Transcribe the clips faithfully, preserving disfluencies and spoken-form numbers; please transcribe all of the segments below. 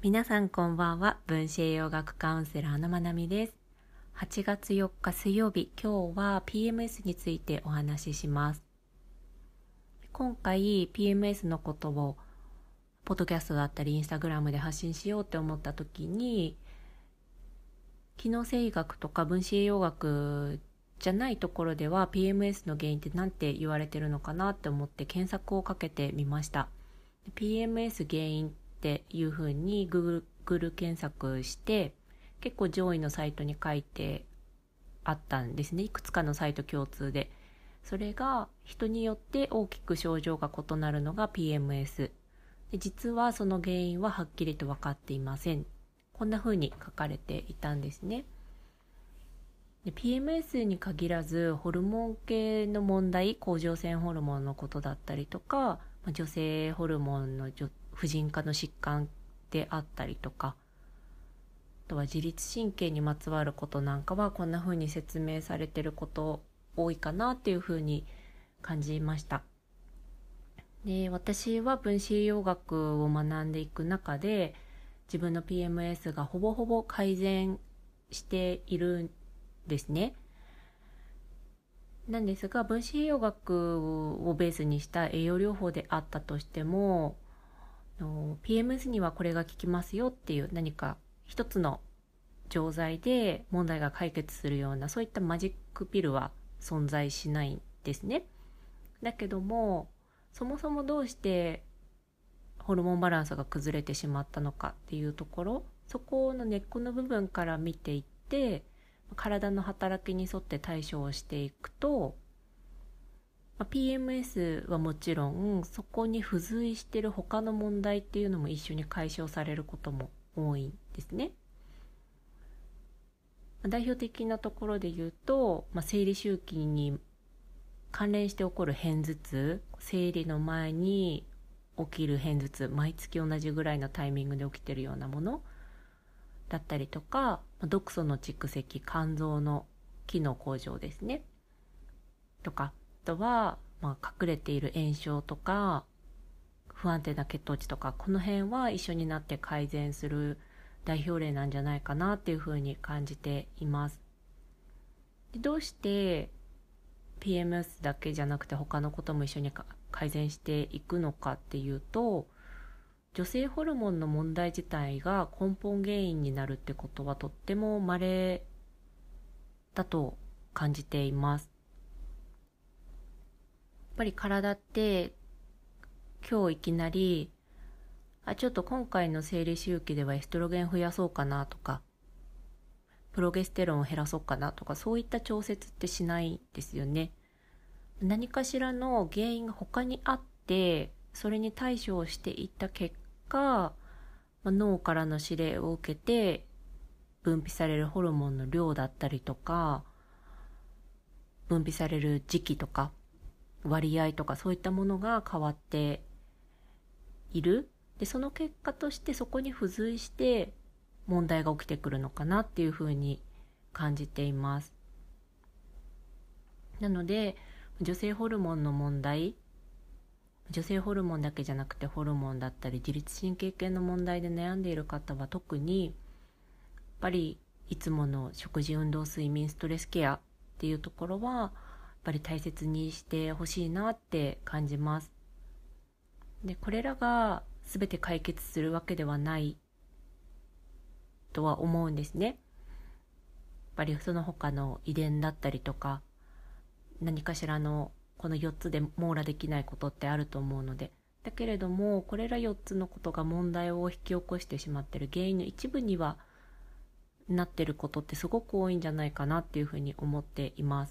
皆さんこんばんは。分子栄養学カウンセラーのまなみです。はちがつよっか水曜日、今日は ピーエムエス についてお話しします。今回 ピーエムエス のことをポッドキャストだったりインスタグラムで発信しようって思った時に、機能生理学とか分子栄養学じゃないところでは ピーエムエス の原因って何て言われてるのかなって思って検索をかけてみました。ピーエムエス 原因っていう風に Google, Google 検索して結構上位のサイトに書いてあったんですね。いくつかのサイト共通で。それが人によって大きく症状が異なるのが ピーエムエス。で、実はその原因ははっきりと分かっていません。こんな風に書かれていたんですね。で ピーエムエス に限らずホルモン系の問題、甲状腺ホルモンのことだったりとか、女性ホルモンの婦人科の疾患であったりとか、あとは自律神経にまつわることなんかはこんな風に説明されてること多いかなっていう風に感じました。で、私は分子栄養学を学んでいく中で自分の ピーエムエス がほぼほぼ改善しているんですね。なんですが、分子栄養学をベースにした栄養療法であったとしても、ピーエムエス にはこれが効きますよっていう何か一つの錠剤で問題が解決するような、そういったマジックピルは存在しないんですね。だけども、そもそもどうしてホルモンバランスが崩れてしまったのかっていうところ、そこの根っこの部分から見ていって体の働きに沿って対処をしていくと、ピーエムエス はもちろんそこに付随している他の問題っていうのも一緒に解消されることも多いんですね。代表的なところで言うと、まあ、生理周期に関連して起こる片頭痛、生理の前に起きる片頭痛、毎月同じぐらいのタイミングで起きてるようなものだったりとか、毒素の蓄積、肝臓の機能向上ですねとか、あとは、まあ、隠れている炎症とか不安定な血糖値とか、この辺は一緒になって改善する代表例なんじゃないかなっていうふうに感じています。で、どうして ピーエムエス だけじゃなくて他のことも一緒に改善していくのかっていうと、女性ホルモンの問題自体が根本原因になるってことはとっても稀だと感じています。やっぱり体って今日いきなりあちょっと今回の生理周期ではエストロゲン増やそうかなとかプロゲステロンを減らそうかなとか、そういった調節ってしないんですよね。何かしらの原因が他にあってそれに対処をしていった結果、まあ、脳からの指令を受けて分泌されるホルモンの量だったりとか分泌される時期とか割合とか、そういったものが変わっている。で、その結果としてそこに付随して問題が起きてくるのかなっていうふうに感じています。なので女性ホルモンの問題、女性ホルモンだけじゃなくてホルモンだったり自律神経系の問題で悩んでいる方は特にやっぱりいつもの食事、運動、睡眠、ストレスケアっていうところはやっぱり大切にしてほしいなって感じます。で、これらが全て解決するわけではないとは思うんですね。やっぱりその他の遺伝だったりとか何かしらのこのよっつで網羅できないことってあると思うので、だけれどもこれらよっつのことが問題を引き起こしてしまっている原因の一部にはなっていることってすごく多いんじゃないかなっていうふうに思っています。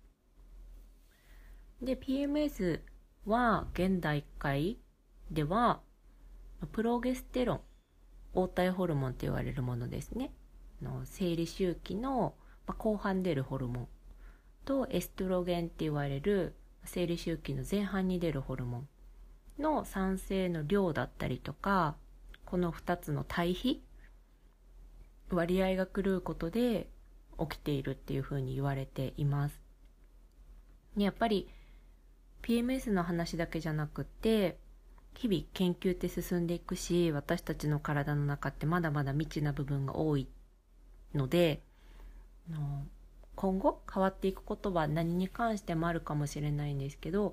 で、ピーエムエス は現代界ではプロゲステロン、黄体ホルモンと言われるものですね。の生理周期の後半出るホルモンとエストロゲンって言われる生理周期の前半に出るホルモンの産生の量だったりとか、このふたつの対比割合が狂うことで起きているっていうふうに言われています。やっぱり ピーエムエス の話だけじゃなくて、 日々研究って進んでいくし、私たちの体の中ってまだまだ未知な部分が多いので、あの今後変わっていくことは何に関してもあるかもしれないんですけど、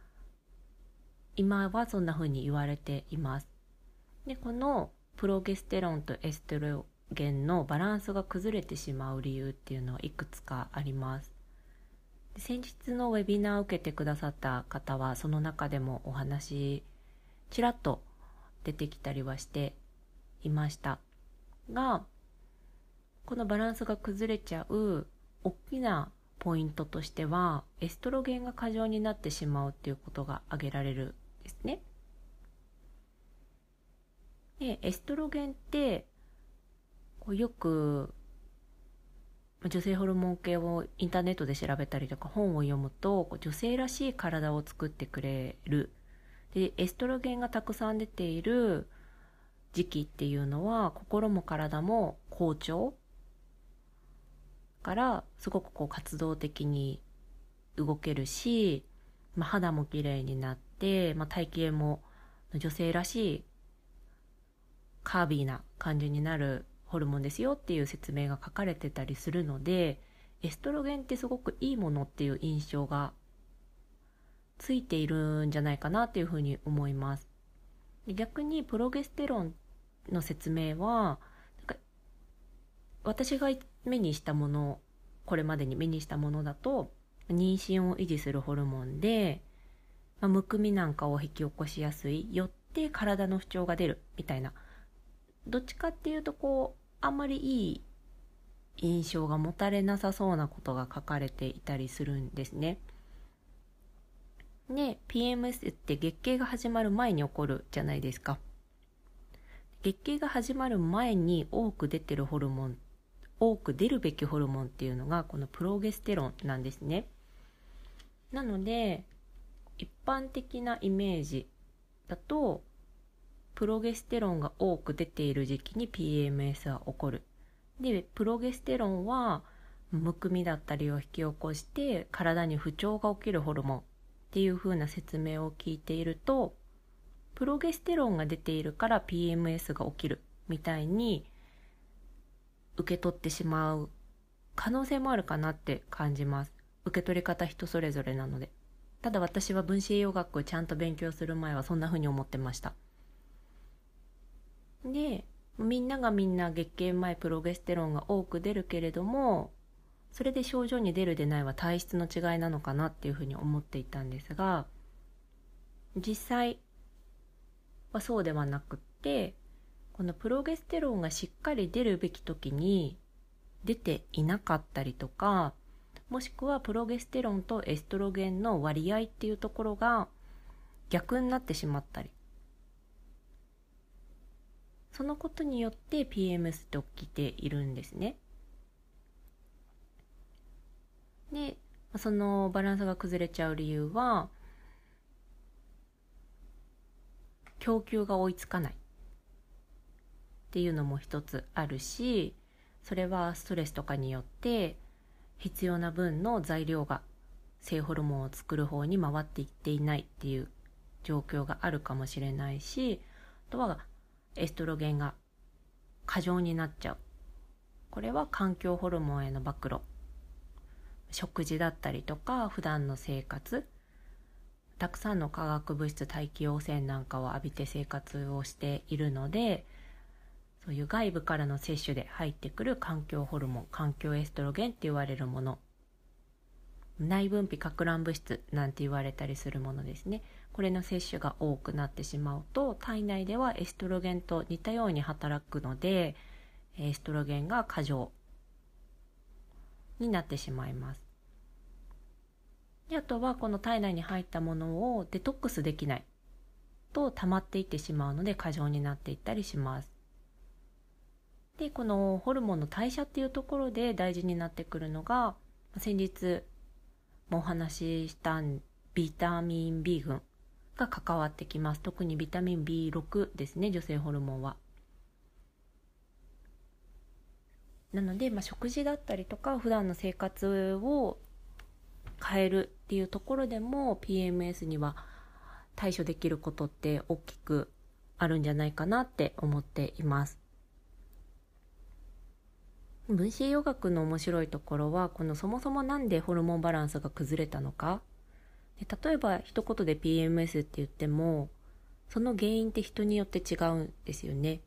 今はそんな風に言われています。で、このプロゲステロンとエストロゲンのバランスが崩れてしまう理由っていうのはいくつかあります。で、先日のウェビナーを受けてくださった方はその中でもお話ちらっと出てきたりはしていましたが、このバランスが崩れちゃう大きなポイントとしては、エストロゲンが過剰になってしまうっていうことが挙げられるんですね。で、エストロゲンってこうよく女性ホルモン系をインターネットで調べたりとか本を読むと、女性らしい体を作ってくれる。で、エストロゲンがたくさん出ている時期っていうのは心も体も好調からすごくこう活動的に動けるし、まあ、肌も綺麗になって、まあ、体型も女性らしいカービーな感じになるホルモンですよっていう説明が書かれてたりするので、エストロゲンってすごくいいものっていう印象がついているんじゃないかなっていうふうに思います。逆にプロゲステロンの説明は、なんか私が目にしたもの、これまでに目にしたものだと、妊娠を維持するホルモンで、まあ、むくみなんかを引き起こしやすい、よって体の不調が出るみたいな、どっちかっていうとこうあんまりいい印象が持たれなさそうなことが書かれていたりするんですね。で、ピーエムエス って月経が始まる前に起こるじゃないですか。月経が始まる前に多く出てるホルモン、多く出るべきホルモンっていうのがこのプロゲステロンなんですね。なので一般的なイメージだと、プロゲステロンが多く出ている時期に ピーエムエス は起こる。で、プロゲステロンはむくみだったりを引き起こして体に不調が起きるホルモンっていう風な説明を聞いていると、プロゲステロンが出ているから ピーエムエス が起きるみたいに受け取ってしまう可能性もあるかなって感じます。受け取り方人それぞれなので。ただ私は分子栄養学をちゃんと勉強する前はそんな風に思ってました。で、みんながみんな月経前プロゲステロンが多く出るけれども、それで症状に出る出ないは体質の違いなのかなっていうふうに思っていたんですが、実際はそうではなくって、このプロゲステロンがしっかり出るべき時に出ていなかったりとか、もしくはプロゲステロンとエストロゲンの割合っていうところが逆になってしまったり、そのことによって ピーエムエス って起きているんですね。で、そのバランスが崩れちゃう理由は、供給が追いつかないっていうのも一つあるし、それはストレスとかによって必要な分の材料が性ホルモンを作る方に回っていっていないっていう状況があるかもしれないし、あとはエストロゲンが過剰になっちゃう。これは環境ホルモンへの暴露。食事だったりとか普段の生活、たくさんの化学物質、大気汚染なんかを浴びて生活をしているので、そういう外部からの摂取で入ってくる環境ホルモン、環境エストロゲンって言われるもの、内分泌かく乱物質なんて言われたりするものですね。これの摂取が多くなってしまうと、体内ではエストロゲンと似たように働くので、エストロゲンが過剰になってしまいます。で、あとはこの体内に入ったものをデトックスできないと溜まっていってしまうので過剰になっていったりします。で、このホルモンの代謝っていうところで大事になってくるのが、先日もお話ししたビタミン B 群が関わってきます。特にビタミン ビーろく ですね、女性ホルモンは。なので、まあ、食事だったりとか普段の生活を変えるっていうところでも ピーエムエス には対処できることって大きくあるんじゃないかなって思っています。分子栄養学の面白いところは、このそもそもなんでホルモンバランスが崩れたのか。で例えば一言で ピーエムエス って言っても、その原因って人によって違うんですよね。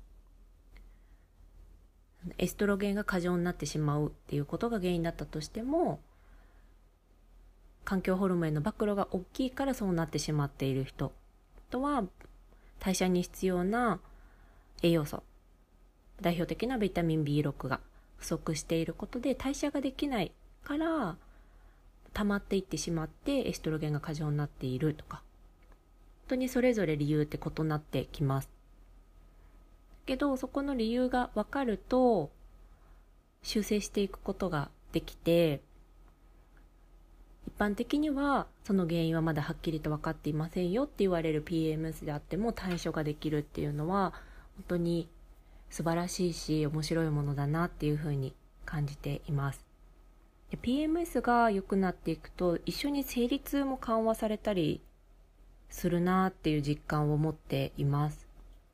エストロゲンが過剰になってしまうっていうことが原因だったとしても、環境ホルモンへの暴露が大きいからそうなってしまっている人とは、代謝に必要な栄養素、代表的なビタミン ビーろく が不足していることで代謝ができないから溜まっていってしまってエストロゲンが過剰になっているとか、本当にそれぞれ理由って異なってきます。けどそこの理由が分かると修正していくことができて、一般的にはその原因はまだはっきりと分かっていませんよって言われる ピーエムエス であっても対処ができるっていうのは本当に素晴らしいし面白いものだなっていうふうに感じています。で ピーエムエス が良くなっていくと一緒に生理痛も緩和されたりするなっていう実感を持っています。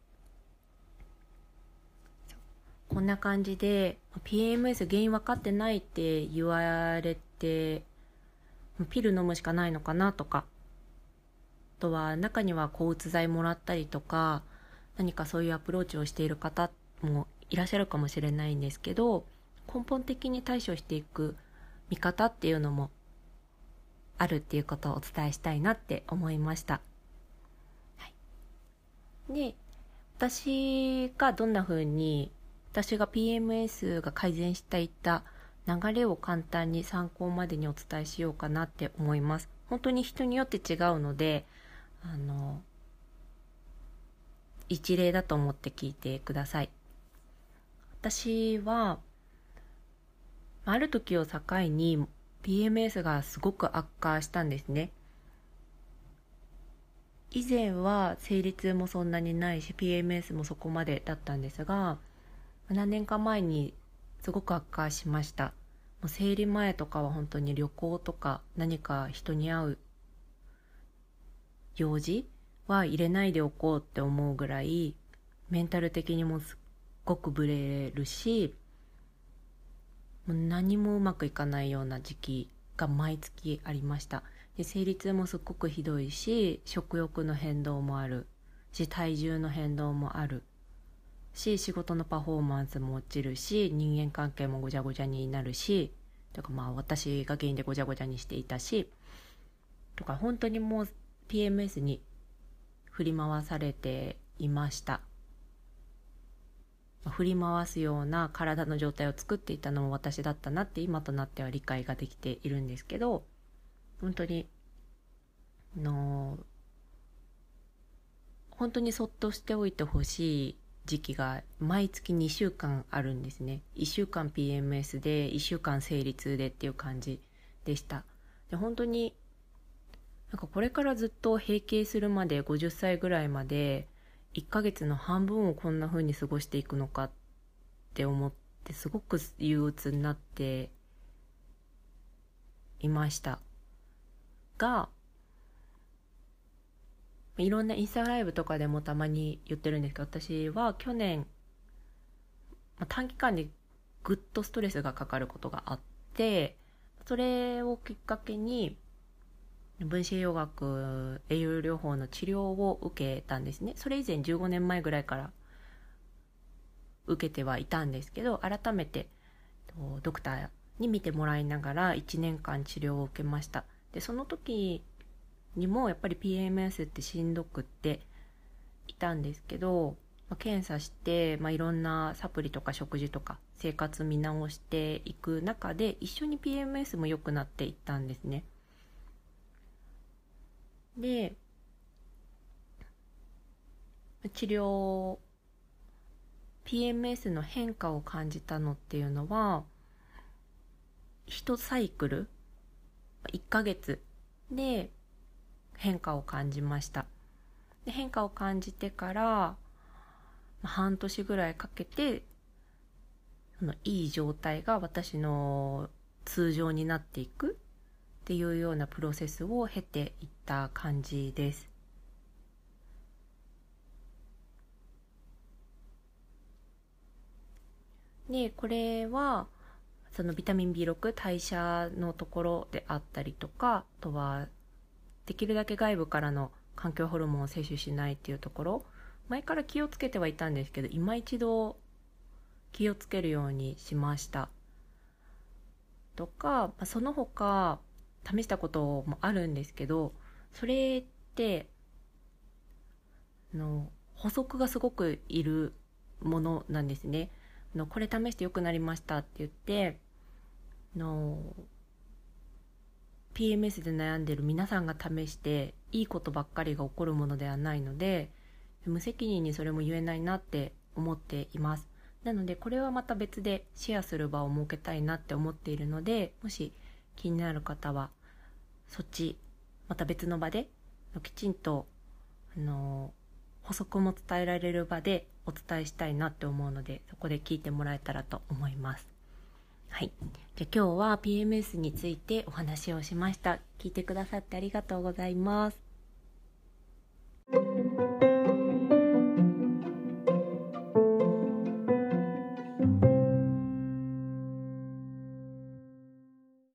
こんな感じで ピーエムエス 原因分かってないって言われてピル飲むしかないのかなとか、あとは中には抗うつ剤もらったりとか何かそういうアプローチをしている方もいらっしゃるかもしれないんですけど、根本的に対処していく見方っていうのもあるっていうことをお伝えしたいなって思いました。はい、で、私がどんな風に私が ピーエムエス が改善していった流れを簡単に参考までにお伝えしようかなって思います。本当に人によって違うので、あの一例だと思って聞いてください。私はある時を境に ピーエムエス がすごく悪化したんですね。以前は生理痛もそんなにないし ピーエムエス もそこまでだったんですが、何年か前にすごく悪化しました。もう生理前とかは本当に旅行とか何か人に会う用事は入れないでおこうって思うぐらいメンタル的にもすっごくブレるし、もう何もうまくいかないような時期が毎月ありました。で生理痛もすっごくひどいし、食欲の変動もあるし、体重の変動もあるし、仕事のパフォーマンスも落ちるし、人間関係もごちゃごちゃになるし、とかまあ私が原因でごちゃごちゃにしていたしとか、本当にもう ピーエムエス に振り回されていました。振り回すような体の状態を作っていたのも私だったなって今となっては理解ができているんですけど、本当にの本当にそっとしておいてほしい時期が毎月にしゅうかんあるんですね。いっしゅうかん ピーエムエス でいっしゅうかん生理痛でっていう感じでした。で本当になんかこれからずっと閉経するまでごじゅっさいぐらいまでいっかげつの半分をこんな風に過ごしていくのかって思ってすごく憂鬱になっていましたが、いろんなインスタライブとかでもたまに言ってるんですけど、私は去年短期間でぐっとストレスがかかることがあって、それをきっかけに分子栄養学栄養療法の治療を受けたんですね。それ以前じゅうごねんまえぐらいから受けてはいたんですけど、改めてドクターに見てもらいながらいちねんかん治療を受けました。でその時にもやっぱり ピーエムエス ってしんどくっていたんですけど、まあ、検査して、まあ、いろんなサプリとか食事とか生活見直していく中で一緒に ピーエムエス も良くなっていったんですね。で治療 ピーエムエス の変化を感じたのっていうのは、いちサイクルいっかげつで変化を感じました。で変化を感じてから半年ぐらいかけてそのいい状態が私の通常になっていくっていうようなプロセスを経ていった感じです。 でこれはそのビタミン ビーろく 代謝のところであったりとか、あとはできるだけ外部からの環境ホルモンを摂取しないっていうところ、前から気をつけてはいたんですけど、今一度気をつけるようにしましたとか、その他試したこともあるんですけど、それってあの補足がすごくいるものなんですね。あのこれ試して良くなりましたって言ってあの ピーエムエス で悩んでる皆さんが試していいことばっかりが起こるものではないので、無責任にそれも言えないなって思っています。なのでこれはまた別でシェアする場を設けたいなって思っているので、もし気になる方はそっちまた別の場できちんとあの補足も伝えられる場でお伝えしたいなって思うので、そこで聞いてもらえたらと思います。はい、じゃあ今日は ピーエムエス についてお話をしました。聞いてくださってありがとうございます。